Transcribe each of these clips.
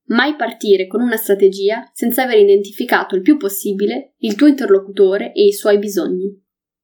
Mai partire con una strategia senza aver identificato il più possibile il tuo interlocutore e i suoi bisogni.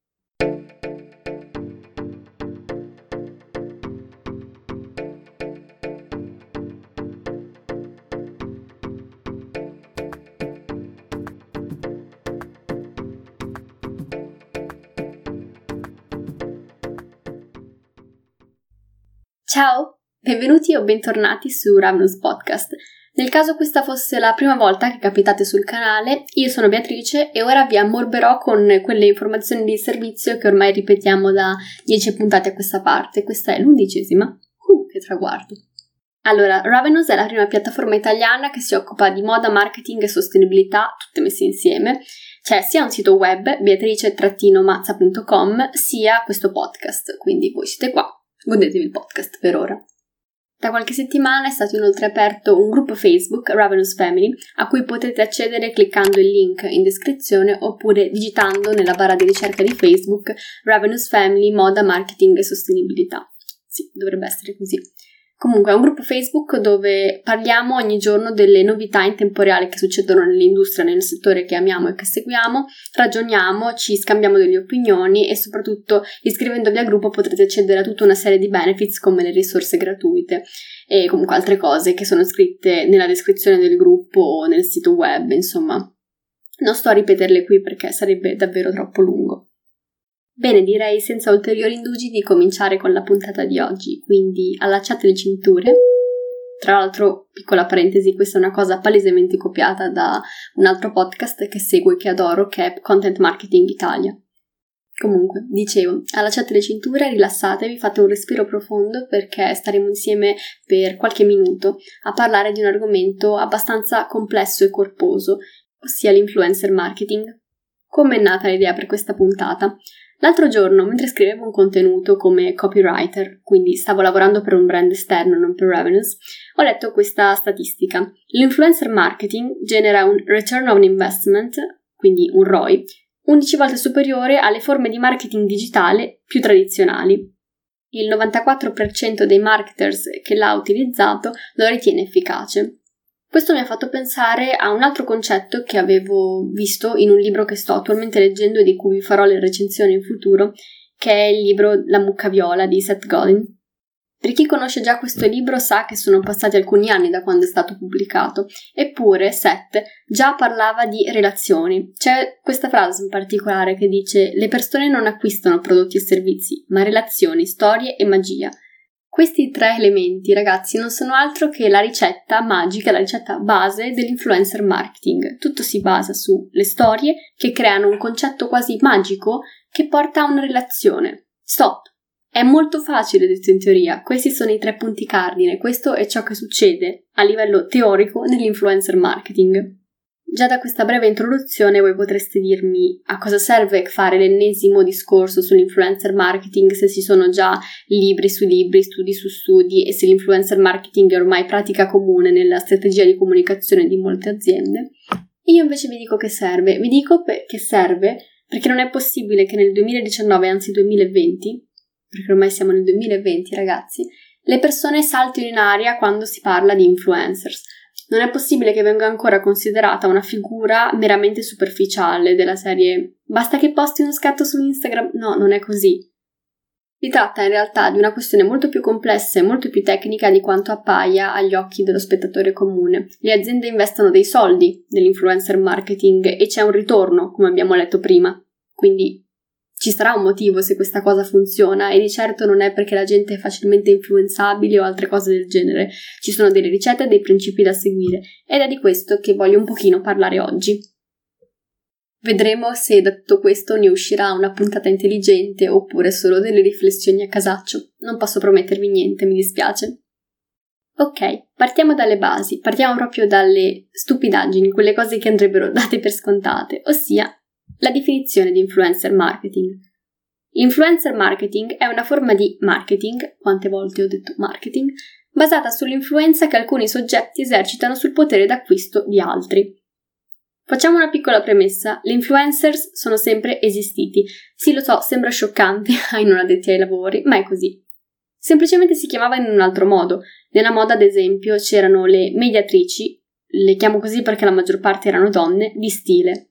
Ciao, benvenuti o bentornati su Ravenous Podcast. Nel caso questa fosse la prima volta che capitate sul canale, io sono Beatrice e ora vi ammorberò con quelle informazioni di servizio che ormai ripetiamo da 10 puntate a questa parte. Questa è l'11ª. Che traguardo! Allora, Ravenous è la prima piattaforma italiana che si occupa di moda, marketing e sostenibilità, tutte messe insieme. C'è sia un sito web, beatrice-mazza.com, sia questo podcast, quindi voi siete qua, godetevi il podcast per ora. Da qualche settimana è stato inoltre aperto un gruppo Facebook, Ravenous Family, a cui potete accedere cliccando il link in descrizione oppure digitando nella barra di ricerca di Facebook Ravenous Family, moda, marketing e sostenibilità. Sì, dovrebbe essere così. Comunque è un gruppo Facebook dove parliamo ogni giorno delle novità in tempo reale che succedono nell'industria, nel settore che amiamo e che seguiamo, ragioniamo, ci scambiamo delle opinioni e soprattutto iscrivendovi al gruppo potrete accedere a tutta una serie di benefits come le risorse gratuite e comunque altre cose che sono scritte nella descrizione del gruppo o nel sito web, insomma. Non sto a ripeterle qui perché sarebbe davvero troppo lungo. Bene, direi senza ulteriori indugi di cominciare con la puntata di oggi, quindi allacciate le cinture. Tra l'altro, piccola parentesi, questa è una cosa palesemente copiata da un altro podcast che seguo e che adoro, che è Content Marketing Italia. Comunque, dicevo, allacciate le cinture, rilassatevi, fate un respiro profondo perché staremo insieme per qualche minuto a parlare di un argomento abbastanza complesso e corposo, ossia l'influencer marketing. Come è nata l'idea per questa puntata? L'altro giorno, mentre scrivevo un contenuto come copywriter, quindi stavo lavorando per un brand esterno, non per Ravenous, ho letto questa statistica. L'influencer marketing genera un return on investment, quindi un ROI, 11 volte superiore alle forme di marketing digitale più tradizionali. Il 94% dei marketers che l'ha utilizzato lo ritiene efficace. Questo mi ha fatto pensare a un altro concetto che avevo visto in un libro che sto attualmente leggendo e di cui vi farò le recensioni in futuro, che è il libro La mucca viola di Seth Godin. Per chi conosce già questo libro sa che sono passati alcuni anni da quando è stato pubblicato, eppure Seth già parlava di relazioni. C'è questa frase in particolare che dice: le persone non acquistano prodotti e servizi, ma relazioni, storie e magia. Questi tre elementi, ragazzi, non sono altro che la ricetta magica, la ricetta base dell'influencer marketing. Tutto si basa sulle storie che creano un concetto quasi magico che porta a una relazione. Stop! È molto facile detto in teoria, questi sono i 3 punti cardine, questo è ciò che succede a livello teorico nell'influencer marketing. Già da questa breve introduzione voi potreste dirmi a cosa serve fare l'ennesimo discorso sull'influencer marketing se ci sono già libri su libri, studi su studi e se l'influencer marketing è ormai pratica comune nella strategia di comunicazione di molte aziende. Io invece vi dico che serve. Vi dico che serve perché non è possibile che nel 2019, anzi 2020, perché ormai siamo nel 2020 ragazzi, le persone saltino in aria quando si parla di influencers. Non è possibile che venga ancora considerata una figura meramente superficiale della serie basta che posti uno scatto su Instagram. No, non è così. Si tratta in realtà di una questione molto più complessa e molto più tecnica di quanto appaia agli occhi dello spettatore comune. Le aziende investono dei soldi nell'influencer marketing e c'è un ritorno, come abbiamo letto prima. Quindi ci sarà un motivo se questa cosa funziona e di certo non è perché la gente è facilmente influenzabile o altre cose del genere. Ci sono delle ricette e dei principi da seguire ed è di questo che voglio un pochino parlare oggi. Vedremo se da tutto questo ne uscirà una puntata intelligente oppure solo delle riflessioni a casaccio. Non posso promettervi niente, mi dispiace. Ok, partiamo dalle basi, partiamo proprio dalle stupidaggini, quelle cose che andrebbero date per scontate, ossia la definizione di influencer marketing. L'influencer marketing è una forma di marketing, quante volte ho detto marketing, basata sull'influenza che alcuni soggetti esercitano sul potere d'acquisto di altri. Facciamo una piccola premessa, le influencers sono sempre esistiti. Sì, lo so, sembra scioccante ai non addetti ai lavori, ma è così. Semplicemente si chiamava in un altro modo. Nella moda, ad esempio, c'erano le mediatrici, le chiamo così perché la maggior parte erano donne, di stile.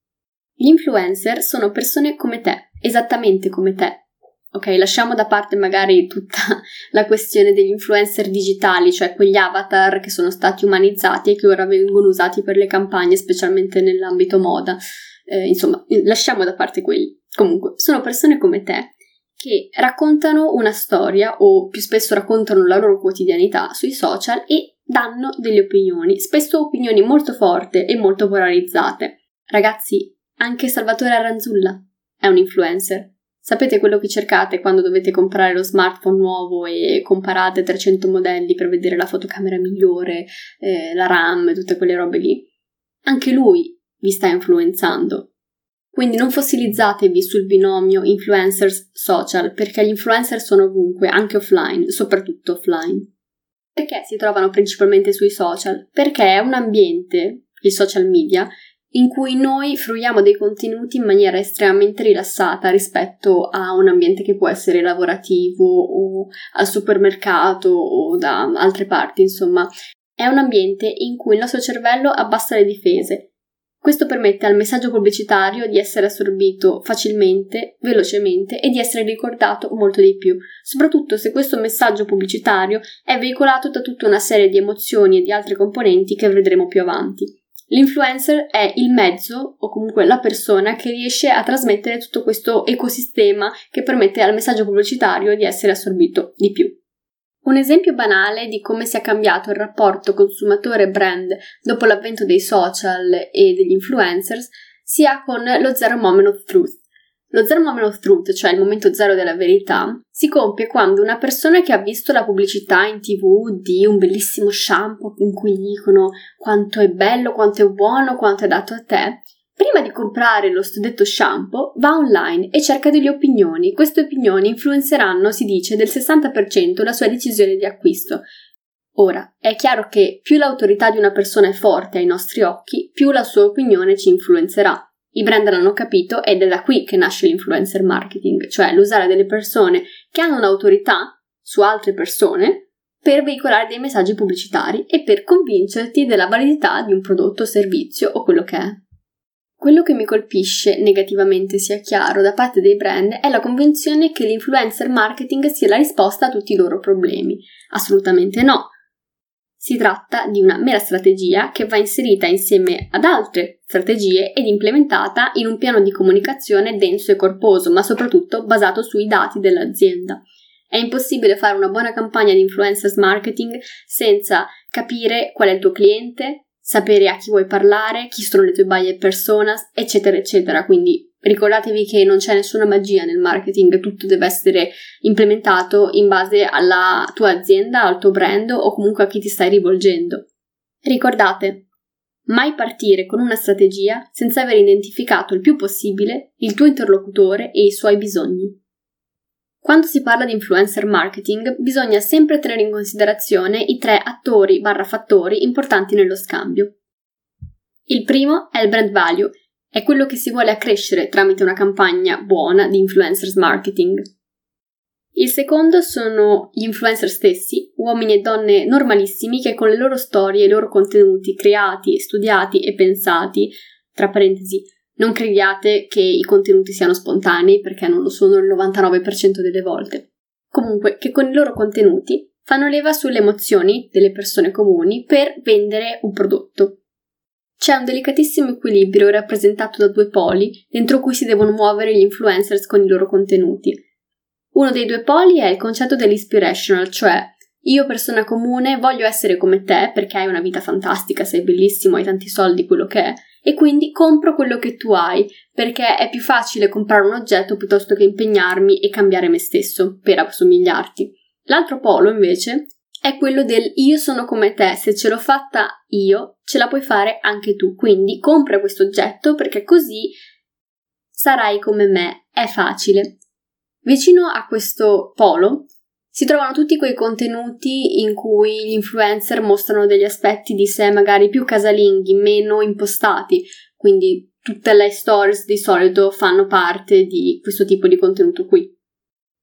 Gli influencer sono persone come te, esattamente come te. Ok, lasciamo da parte magari tutta la questione degli influencer digitali, cioè quegli avatar che sono stati umanizzati e che ora vengono usati per le campagne, specialmente nell'ambito moda. Insomma, lasciamo da parte quelli. Comunque, sono persone come te che raccontano una storia o più spesso raccontano la loro quotidianità sui social e danno delle opinioni, spesso opinioni molto forti e molto polarizzate. Ragazzi, anche Salvatore Aranzulla è un influencer. Sapete quello che cercate quando dovete comprare lo smartphone nuovo e comparate 300 modelli per vedere la fotocamera migliore, la RAM, tutte quelle robe lì? Anche lui vi sta influenzando. Quindi non fossilizzatevi sul binomio influencers social, perché gli influencer sono ovunque, anche offline, soprattutto offline. Perché si trovano principalmente sui social? Perché è un ambiente, il social media, in cui noi fruiamo dei contenuti in maniera estremamente rilassata rispetto a un ambiente che può essere lavorativo o al supermercato o da altre parti, insomma. È un ambiente in cui il nostro cervello abbassa le difese. Questo permette al messaggio pubblicitario di essere assorbito facilmente, velocemente e di essere ricordato molto di più, soprattutto se questo messaggio pubblicitario è veicolato da tutta una serie di emozioni e di altre componenti che vedremo più avanti. L'influencer è il mezzo o comunque la persona che riesce a trasmettere tutto questo ecosistema che permette al messaggio pubblicitario di essere assorbito di più. Un esempio banale di come sia cambiato il rapporto consumatore-brand dopo l'avvento dei social e degli influencers si ha con lo Zero Moment of Truth. Lo Zero Moment of Truth, cioè il momento zero della verità, si compie quando una persona che ha visto la pubblicità in TV di un bellissimo shampoo in cui dicono quanto è bello, quanto è buono, quanto è dato a te, prima di comprare lo suddetto shampoo va online e cerca delle opinioni. Queste opinioni influenzeranno, si dice, del 60% la sua decisione di acquisto. Ora, è chiaro che più l'autorità di una persona è forte ai nostri occhi, più la sua opinione ci influenzerà. I brand l'hanno capito ed è da qui che nasce l'influencer marketing, cioè l'usare delle persone che hanno un'autorità su altre persone per veicolare dei messaggi pubblicitari e per convincerti della validità di un prodotto o servizio o quello che è. Quello che mi colpisce negativamente, sia chiaro, da parte dei brand è la convinzione che l'influencer marketing sia la risposta a tutti i loro problemi. Assolutamente no. Si tratta di una mera strategia che va inserita insieme ad altre strategie ed implementata in un piano di comunicazione denso e corposo, ma soprattutto basato sui dati dell'azienda. È impossibile fare una buona campagna di influencer marketing senza capire qual è il tuo cliente, sapere a chi vuoi parlare, chi sono le tue buyer personas, eccetera, eccetera. Quindi ricordatevi che non c'è nessuna magia nel marketing, tutto deve essere implementato in base alla tua azienda, al tuo brand o comunque a chi ti stai rivolgendo. Ricordate, mai partire con una strategia senza aver identificato il più possibile il tuo interlocutore e i suoi bisogni. Quando si parla di influencer marketing bisogna sempre tenere in considerazione i 3 attori/fattori importanti nello scambio. Il primo è il brand value, è quello che si vuole accrescere tramite una campagna buona di influencers marketing. Il secondo sono gli influencer stessi, uomini e donne normalissimi che con le loro storie e i loro contenuti creati, studiati e pensati, tra parentesi, non crediate che i contenuti siano spontanei perché non lo sono il 99% delle volte. Comunque, che con i loro contenuti fanno leva sulle emozioni delle persone comuni per vendere un prodotto. C'è un delicatissimo equilibrio rappresentato da 2 poli dentro cui si devono muovere gli influencers con i loro contenuti. Uno dei 2 poli è il concetto dell'inspirational, cioè io persona comune voglio essere come te perché hai una vita fantastica, sei bellissimo, hai tanti soldi, quello che è, e quindi compro quello che tu hai perché è più facile comprare un oggetto piuttosto che impegnarmi e cambiare me stesso per assomigliarti. L'altro polo invece è quello del io sono come te, se ce l'ho fatta io, ce la puoi fare anche tu, quindi compra questo oggetto perché così sarai come me, è facile. Vicino a questo polo si trovano tutti quei contenuti in cui gli influencer mostrano degli aspetti di sé magari più casalinghi, meno impostati, quindi tutte le stories di solito fanno parte di questo tipo di contenuto qui.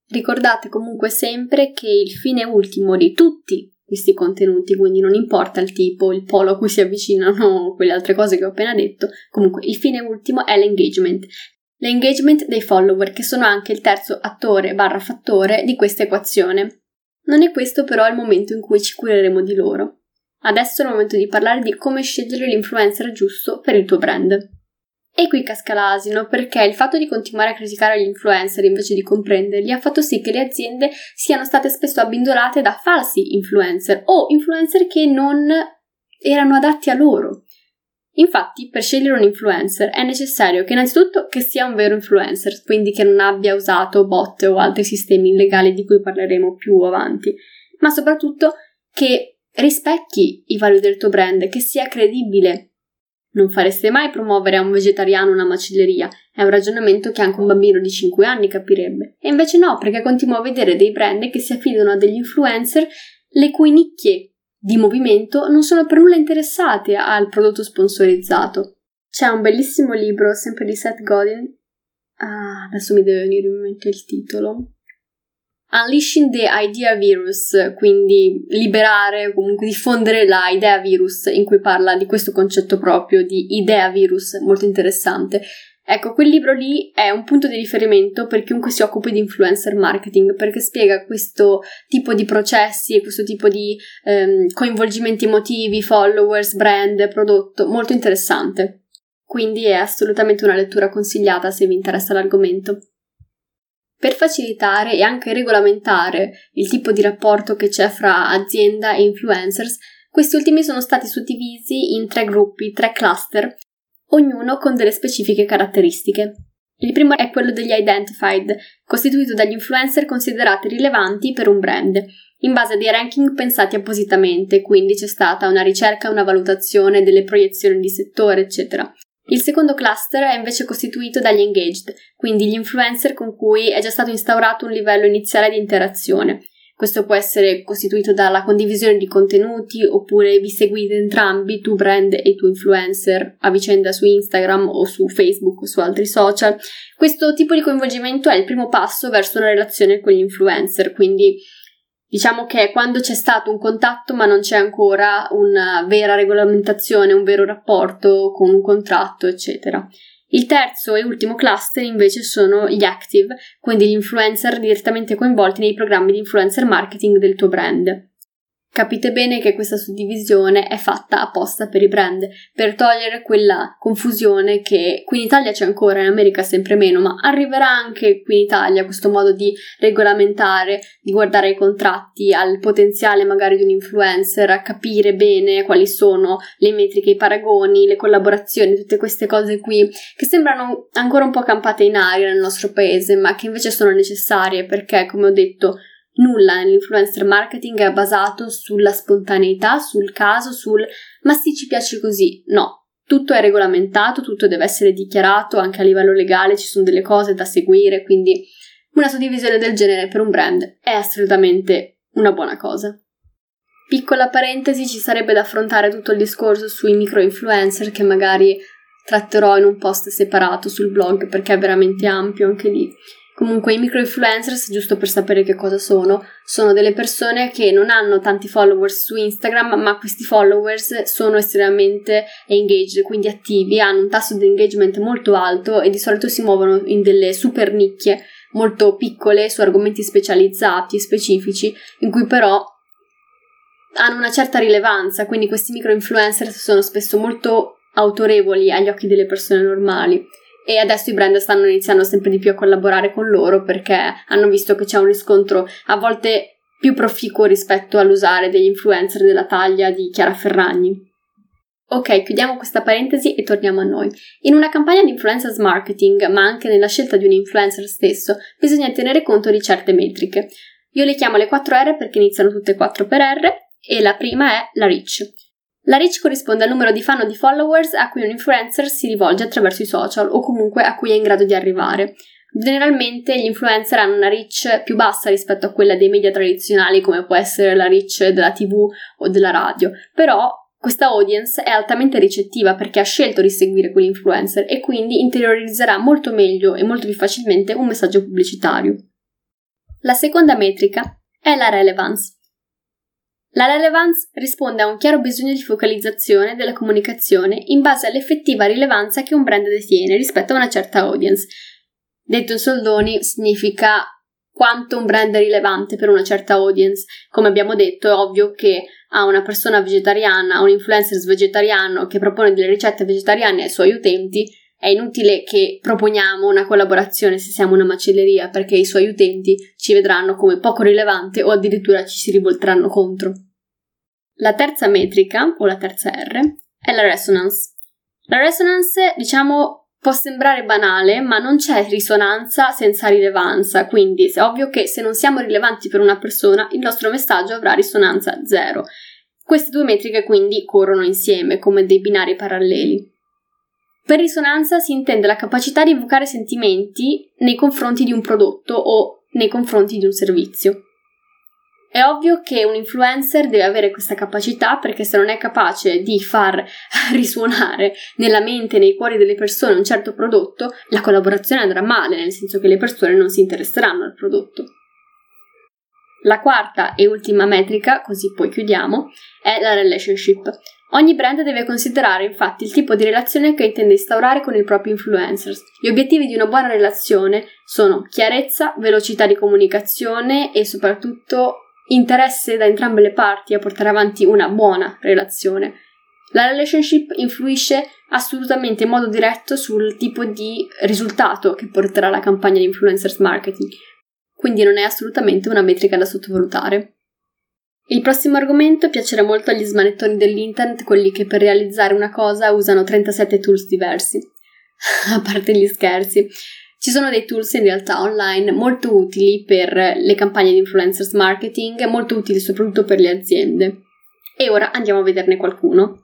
Ricordate comunque sempre che il fine ultimo di tutti questi contenuti, quindi non importa il tipo, il polo a cui si avvicinano, quelle altre cose che ho appena detto, comunque il fine ultimo è l'engagement. L'engagement dei follower, che sono anche il terzo attore / fattore di questa equazione. Non è questo però il momento in cui ci cureremo di loro. Adesso è il momento di parlare di come scegliere l'influencer giusto per il tuo brand. E qui casca l'asino, perché il fatto di continuare a criticare gli influencer invece di comprenderli ha fatto sì che le aziende siano state spesso abbindolate da falsi influencer o influencer che non erano adatti a loro. Infatti, per scegliere un influencer è necessario che innanzitutto che sia un vero influencer, quindi che non abbia usato bot o altri sistemi illegali di cui parleremo più avanti, ma soprattutto che rispecchi i valori del tuo brand, che sia credibile. Non fareste mai promuovere a un vegetariano una macelleria, è un ragionamento che anche un bambino di 5 anni capirebbe. E invece no, perché continuo a vedere dei brand che si affidano a degli influencer le cui nicchie di movimento non sono per nulla interessate al prodotto sponsorizzato. C'è un bellissimo libro, sempre di Seth Godin, adesso mi deve venire in mente il titolo, Unleashing the Idea Virus, quindi liberare o comunque diffondere la idea virus, in cui parla di questo concetto proprio di idea virus, molto interessante. Ecco, quel libro lì è un punto di riferimento per chiunque si occupi di influencer marketing, perché spiega questo tipo di processi e questo tipo di coinvolgimenti emotivi, followers, brand, prodotto, molto interessante. Quindi è assolutamente una lettura consigliata se vi interessa l'argomento. Per facilitare e anche regolamentare il tipo di rapporto che c'è fra azienda e influencers, questi ultimi sono stati suddivisi in 3 gruppi, 3 cluster, ognuno con delle specifiche caratteristiche. Il primo è quello degli identified, costituito dagli influencer considerati rilevanti per un brand, in base a dei ranking pensati appositamente, quindi c'è stata una ricerca e una valutazione delle proiezioni di settore, eccetera. Il secondo cluster è invece costituito dagli engaged, quindi gli influencer con cui è già stato instaurato un livello iniziale di interazione. Questo può essere costituito dalla condivisione di contenuti, oppure vi seguite entrambi, tu brand e tu influencer, a vicenda su Instagram o su Facebook o su altri social. Questo tipo di coinvolgimento è il primo passo verso una relazione con gli influencer, quindi diciamo che è quando c'è stato un contatto ma non c'è ancora una vera regolamentazione, un vero rapporto con un contratto, eccetera. Il terzo e ultimo cluster invece sono gli active, quindi gli influencer direttamente coinvolti nei programmi di influencer marketing del tuo brand. Capite bene che questa suddivisione è fatta apposta per i brand, per togliere quella confusione che qui in Italia c'è ancora, in America sempre meno, ma arriverà anche qui in Italia questo modo di regolamentare, di guardare i contratti, al potenziale magari di un influencer, a capire bene quali sono le metriche, i paragoni, le collaborazioni, tutte queste cose qui che sembrano ancora un po' campate in aria nel nostro paese, ma che invece sono necessarie perché, come ho detto, nulla nell'influencer marketing è basato sulla spontaneità, sul caso, ma sì, ci piace così. No, tutto è regolamentato, tutto deve essere dichiarato, anche a livello legale ci sono delle cose da seguire, quindi una suddivisione del genere per un brand è assolutamente una buona cosa. Piccola parentesi, ci sarebbe da affrontare tutto il discorso sui micro-influencer che magari tratterò in un post separato sul blog perché è veramente ampio anche lì. Comunque i micro-influencers, giusto per sapere che cosa sono delle persone che non hanno tanti followers su Instagram, ma questi followers sono estremamente engaged, quindi attivi, hanno un tasso di engagement molto alto e di solito si muovono in delle super nicchie molto piccole su argomenti specializzati e specifici, in cui però hanno una certa rilevanza, quindi questi micro-influencer sono spesso molto autorevoli agli occhi delle persone normali. E adesso i brand stanno iniziando sempre di più a collaborare con loro perché hanno visto che c'è un riscontro a volte più proficuo rispetto all'usare degli influencer della taglia di Chiara Ferragni. Ok, chiudiamo questa parentesi e torniamo a noi. In una campagna di influencer marketing, ma anche nella scelta di un influencer stesso, bisogna tenere conto di certe metriche. Io le chiamo le 4R perché iniziano tutte e 4 per R e la prima è la reach. La reach corrisponde al numero di fan o di followers a cui un influencer si rivolge attraverso i social o comunque a cui è in grado di arrivare. Generalmente gli influencer hanno una reach più bassa rispetto a quella dei media tradizionali come può essere la reach della TV o della radio, però questa audience è altamente ricettiva perché ha scelto di seguire quell'influencer e quindi interiorizzerà molto meglio e molto più facilmente un messaggio pubblicitario. La seconda metrica è la relevance. La relevance risponde a un chiaro bisogno di focalizzazione della comunicazione in base all'effettiva rilevanza che un brand detiene rispetto a una certa audience. Detto in soldoni, significa quanto un brand è rilevante per una certa audience. Come abbiamo detto, è ovvio che a una persona vegetariana, a un influencer vegetariano che propone delle ricette vegetariane ai suoi utenti, è inutile che proponiamo una collaborazione se siamo una macelleria, perché i suoi utenti ci vedranno come poco rilevante o addirittura ci si rivolteranno contro. La terza metrica, o la terza R, è la resonance. La resonance, può sembrare banale, ma non c'è risonanza senza rilevanza, quindi è ovvio che se non siamo rilevanti per una persona, il nostro messaggio avrà risonanza 0. Queste due metriche quindi corrono insieme, come dei binari paralleli. Per risonanza si intende la capacità di evocare sentimenti nei confronti di un prodotto o nei confronti di un servizio. È ovvio che un influencer deve avere questa capacità, perché se non è capace di far risuonare nella mente e nei cuori delle persone un certo prodotto, la collaborazione andrà male, nel senso che le persone non si interesseranno al prodotto. La quarta e ultima metrica, così poi chiudiamo, è la relationship. Ogni brand deve considerare infatti il tipo di relazione che intende instaurare con i propri influencers. Gli obiettivi di una buona relazione sono chiarezza, velocità di comunicazione e soprattutto interesse da entrambe le parti a portare avanti una buona relazione. La relationship influisce assolutamente in modo diretto sul tipo di risultato che porterà la campagna di influencers marketing, quindi non è assolutamente una metrica da sottovalutare. Il prossimo argomento piacerà molto agli smanettoni dell'internet, quelli che per realizzare una cosa usano 37 tools diversi. A parte gli scherzi. Ci sono dei tools in realtà online molto utili per le campagne di influencers marketing, molto utili soprattutto per le aziende. E ora andiamo a vederne qualcuno.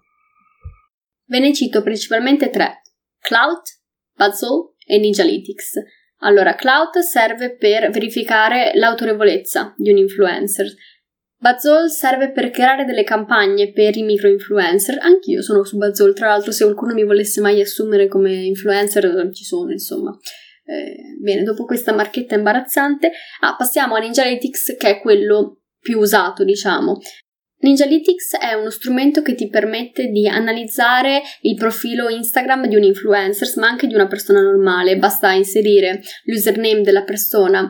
Ve ne cito principalmente 3: Klout, Buzzsumo e Ninjalytics. Allora, Klout serve per verificare l'autorevolezza di un influencer. Buzzsumo serve per creare delle campagne per i micro-influencer. Anch'io sono su Buzzsumo, tra l'altro se qualcuno mi volesse mai assumere come influencer ci sono, insomma. Bene, dopo questa marchetta imbarazzante, passiamo a Ninjalytics, che è quello più usato, diciamo. Ninjalytics è uno strumento che ti permette di analizzare il profilo Instagram di un influencer, ma anche di una persona normale. Basta inserire l'username della persona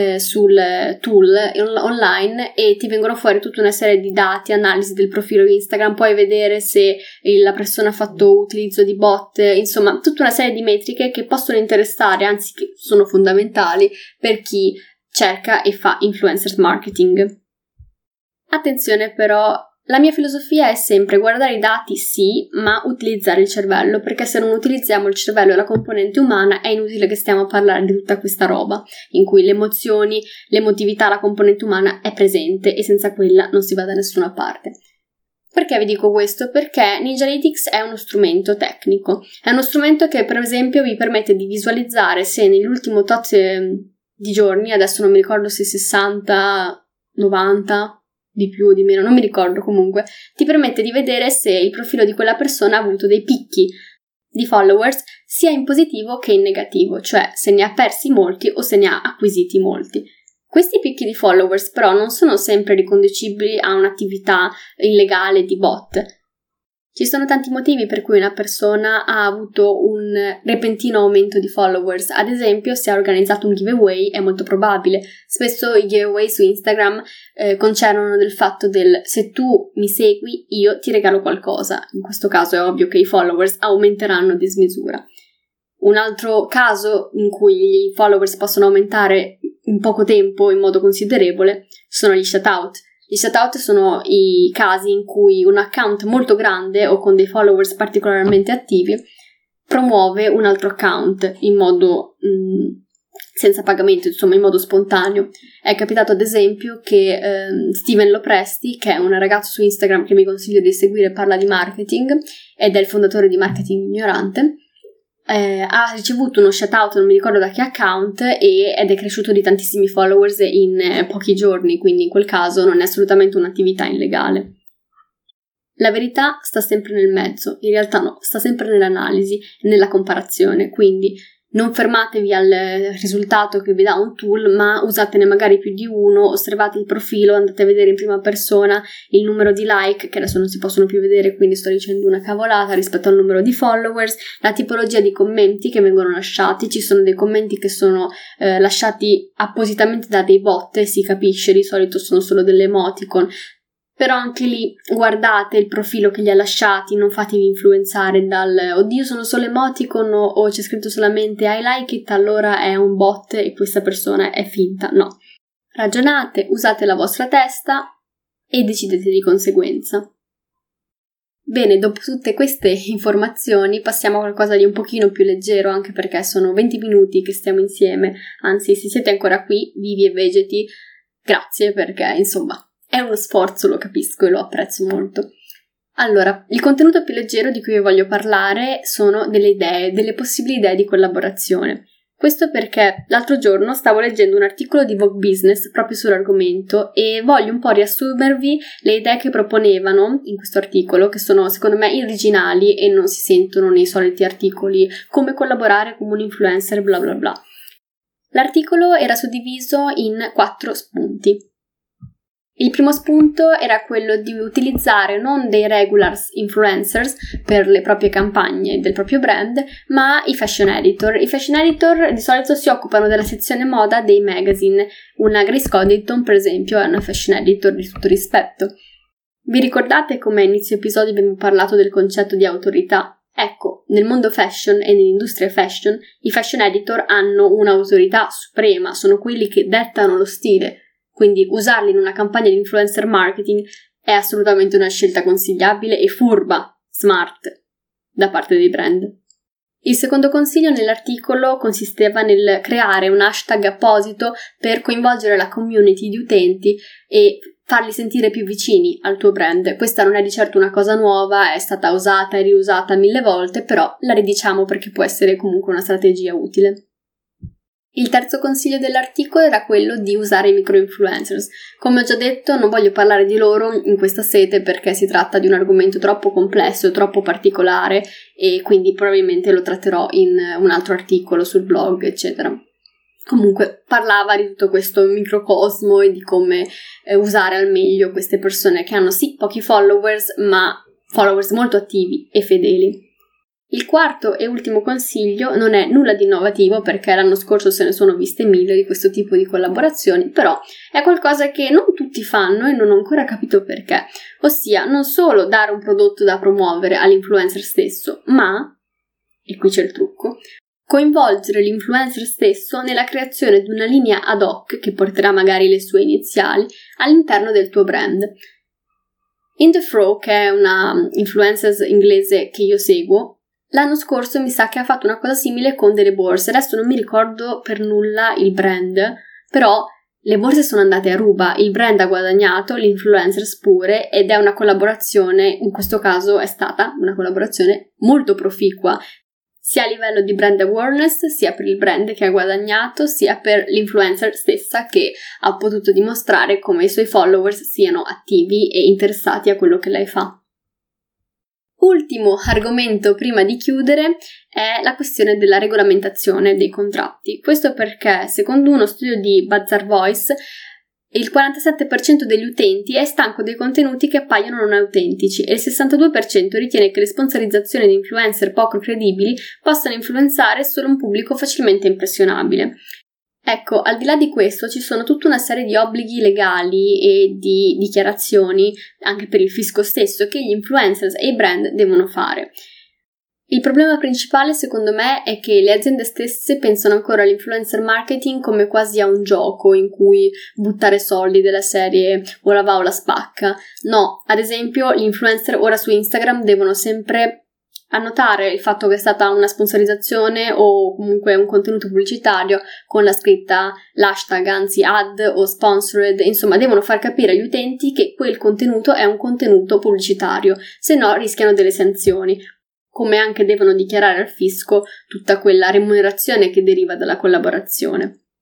sul tool online e ti vengono fuori tutta una serie di dati, analisi del profilo Instagram, puoi vedere se la persona ha fatto utilizzo di bot, insomma tutta una serie di metriche che possono interessare, anzi che sono fondamentali per chi cerca e fa influencer marketing. Attenzione però, la mia filosofia è sempre guardare i dati sì, ma utilizzare il cervello, perché se non utilizziamo il cervello e la componente umana è inutile che stiamo a parlare di tutta questa roba, in cui le emozioni, l'emotività, la componente umana è presente e senza quella non si va da nessuna parte. Perché vi dico questo? Perché Ninjalytics è uno strumento tecnico, è uno strumento che per esempio vi permette di visualizzare se nell'ultimo tot di giorni, adesso non mi ricordo se 60, 90... di più o di meno, non mi ricordo, comunque, ti permette di vedere se il profilo di quella persona ha avuto dei picchi di followers sia in positivo che in negativo, cioè se ne ha persi molti o se ne ha acquisiti molti. Questi picchi di followers però non sono sempre riconducibili a un'attività illegale di bot. Ci sono tanti motivi per cui una persona ha avuto un repentino aumento di followers. Ad esempio, se ha organizzato un giveaway, è molto probabile. Spesso i giveaway su Instagram concernono del fatto del se tu mi segui, io ti regalo qualcosa. In questo caso è ovvio che i followers aumenteranno a dismisura. Un altro caso in cui i followers possono aumentare in poco tempo in modo considerevole sono gli shoutout. Gli shoutout sono i casi in cui un account molto grande o con dei followers particolarmente attivi promuove un altro account in modo senza pagamento, insomma in modo spontaneo. È capitato ad esempio che Steven Lopresti, che è un ragazzo su Instagram che mi consiglio di seguire, parla di marketing ed è il fondatore di Marketing Ignorante, ha ricevuto uno shoutout, non mi ricordo da che account, ed è cresciuto di tantissimi followers in pochi giorni, quindi in quel caso non è assolutamente un'attività illegale. La verità sta sempre nel mezzo, in realtà no, sta sempre nell'analisi e nella comparazione, quindi Non fermatevi al risultato che vi dà un tool, ma usatene magari più di uno, osservate il profilo, andate a vedere in prima persona il numero di like, che adesso non si possono più vedere, quindi sto dicendo una cavolata, rispetto al numero di followers, la tipologia di commenti che vengono lasciati. Ci sono dei commenti che sono lasciati appositamente da dei bot, si capisce, di solito sono solo delle emoticon, però anche lì guardate il profilo che li ha lasciati, non fatevi influenzare dal oddio sono solo emoticon o c'è scritto solamente I like it, allora è un bot e questa persona è finta. No, ragionate, usate la vostra testa e decidete di conseguenza. Bene, dopo tutte queste informazioni passiamo a qualcosa di un pochino più leggero, anche perché sono 20 minuti che stiamo insieme, anzi se siete ancora qui, vivi e vegeti, grazie perché insomma è uno sforzo, lo capisco e lo apprezzo molto. Allora, il contenuto più leggero di cui vi voglio parlare sono delle idee, delle possibili idee di collaborazione. Questo perché l'altro giorno stavo leggendo un articolo di Vogue Business proprio sull'argomento e voglio un po' riassumervi le idee che proponevano in questo articolo, che sono secondo me originali e non si sentono nei soliti articoli, come collaborare come un influencer, bla bla bla. L'articolo era suddiviso in 4 spunti. Il primo spunto era quello di utilizzare non dei regular influencers per le proprie campagne del proprio brand, ma i fashion editor. I fashion editor di solito si occupano della sezione moda dei magazine. Una Grace Coddington, per esempio, è una fashion editor di tutto rispetto. Vi ricordate come a inizio episodio abbiamo parlato del concetto di autorità? Ecco, nel mondo fashion e nell'industria fashion, i fashion editor hanno un'autorità suprema, sono quelli che dettano lo stile. Quindi usarli in una campagna di influencer marketing è assolutamente una scelta consigliabile e furba, smart, da parte dei brand. Il secondo consiglio nell'articolo consisteva nel creare un hashtag apposito per coinvolgere la community di utenti e farli sentire più vicini al tuo brand. Questa non è di certo una cosa nuova, è stata usata e riusata 1000 volte, però la ridiciamo perché può essere comunque una strategia utile. Il terzo consiglio dell'articolo era quello di usare i micro-influencers. Come ho già detto, non voglio parlare di loro in questa sede perché si tratta di un argomento troppo complesso, troppo particolare e quindi probabilmente lo tratterò in un altro articolo sul blog, eccetera. Comunque parlava di tutto questo microcosmo e di come usare al meglio queste persone che hanno sì pochi followers, ma followers molto attivi e fedeli. Il quarto e ultimo consiglio non è nulla di innovativo perché l'anno scorso se ne sono viste 1000 di questo tipo di collaborazioni, però è qualcosa che non tutti fanno e non ho ancora capito perché, ossia non solo dare un prodotto da promuovere all'influencer stesso, ma, e qui c'è il trucco, coinvolgere l'influencer stesso nella creazione di una linea ad hoc che porterà magari le sue iniziali all'interno del tuo brand. In The Fro, che è una influencer inglese che io seguo, l'anno scorso mi sa che ha fatto una cosa simile con delle borse. Adesso non mi ricordo per nulla il brand, però le borse sono andate a ruba, il brand ha guadagnato, l'influencer pure, ed è una collaborazione, in questo caso è stata una collaborazione molto proficua, sia a livello di brand awareness, sia per il brand che ha guadagnato, sia per l'influencer stessa che ha potuto dimostrare come i suoi followers siano attivi e interessati a quello che lei fa. Ultimo argomento prima di chiudere è la questione della regolamentazione dei contratti. Questo perché, secondo uno studio di Bazaar Voice, il 47% degli utenti è stanco dei contenuti che appaiono non autentici e il 62% ritiene che le sponsorizzazioni di influencer poco credibili possano influenzare solo un pubblico facilmente impressionabile. Ecco, al di là di questo ci sono tutta una serie di obblighi legali e di dichiarazioni, anche per il fisco stesso, che gli influencers e i brand devono fare. Il problema principale, secondo me, è che le aziende stesse pensano ancora all'influencer marketing come quasi a un gioco in cui buttare soldi della serie o la va o la spacca. No, ad esempio, gli influencer ora su Instagram devono sempre annotare il fatto che è stata una sponsorizzazione o comunque un contenuto pubblicitario con la scritta l'hashtag, anzi ad o sponsored, insomma devono far capire agli utenti che quel contenuto è un contenuto pubblicitario, se no rischiano delle sanzioni, come anche devono dichiarare al fisco tutta quella remunerazione che deriva dalla collaborazione.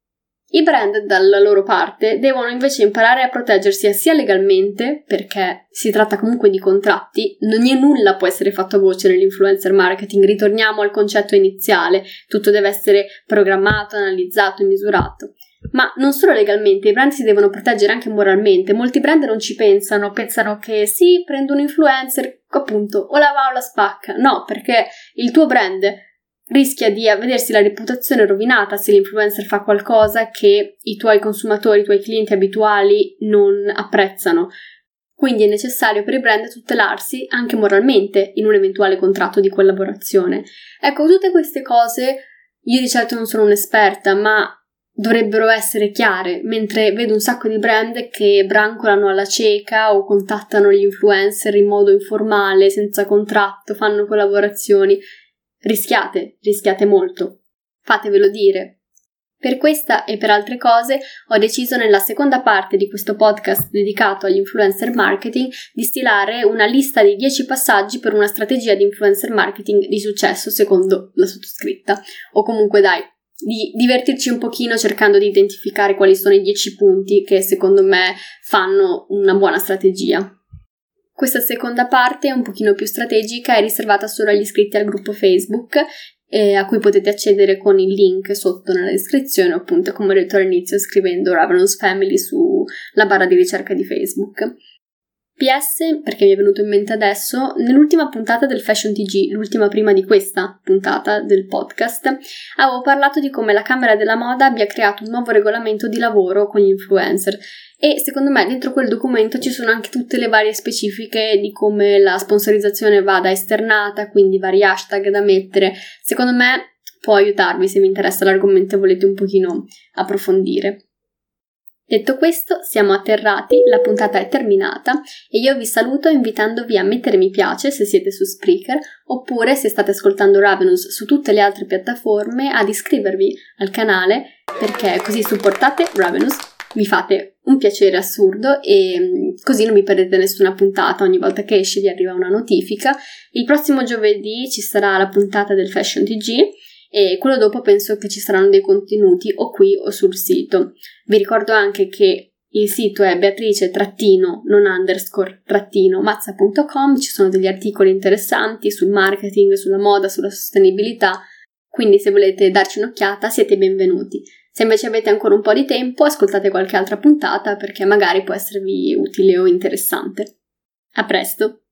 I brand, dalla loro parte, devono invece imparare a proteggersi sia legalmente, perché si tratta comunque di contratti, nulla può essere fatto a voce nell'influencer marketing, ritorniamo al concetto iniziale, tutto deve essere programmato, analizzato e misurato. Ma non solo legalmente, i brand si devono proteggere anche moralmente. Molti brand non ci pensano che sì, prendo un influencer, appunto, o la va o la spacca. No, perché il tuo brand rischia di vedersi la reputazione rovinata se l'influencer fa qualcosa che i tuoi consumatori, i tuoi clienti abituali non apprezzano. Quindi è necessario per i brand tutelarsi anche moralmente in un eventuale contratto di collaborazione. Ecco, tutte queste cose, io di certo non sono un'esperta, ma dovrebbero essere chiare, mentre vedo un sacco di brand che brancolano alla cieca o contattano gli influencer in modo informale, senza contratto, fanno collaborazioni. Rischiate molto. Fatevelo dire. Per questa e per altre cose ho deciso nella seconda parte di questo podcast dedicato agli influencer marketing di stilare una lista di 10 passaggi per una strategia di influencer marketing di successo secondo la sottoscritta. O comunque di divertirci un pochino cercando di identificare quali sono i 10 punti che secondo me fanno una buona strategia. Questa seconda parte, un pochino più strategica, è riservata solo agli iscritti al gruppo Facebook, a cui potete accedere con il link sotto nella descrizione, appunto come ho detto all'inizio scrivendo Ravenous Family sulla barra di ricerca di Facebook. PS, perché mi è venuto in mente adesso, nell'ultima puntata del Fashion TG, l'ultima prima di questa puntata del podcast, avevo parlato di come la Camera della Moda abbia creato un nuovo regolamento di lavoro con gli influencer e secondo me dentro quel documento ci sono anche tutte le varie specifiche di come la sponsorizzazione vada esternata, quindi vari hashtag da mettere. Secondo me può aiutarvi se vi interessa l'argomento e volete un pochino approfondire. Detto questo, siamo atterrati, la puntata è terminata e io vi saluto invitandovi a mettere mi piace se siete su Spreaker oppure se state ascoltando Ravenous su tutte le altre piattaforme ad iscrivervi al canale perché così supportate Ravenous, mi fate un piacere assurdo e così non vi perdete nessuna puntata, ogni volta che esce vi arriva una notifica. Il prossimo giovedì ci sarà la puntata del Fashion TG e quello dopo penso che ci saranno dei contenuti o qui o sul sito. Vi ricordo anche che il sito è beatrice-mazza.com, ci sono degli articoli interessanti sul marketing, sulla moda, sulla sostenibilità, quindi se volete darci un'occhiata siete benvenuti. Se invece avete ancora un po' di tempo ascoltate qualche altra puntata perché magari può esservi utile o interessante. A presto!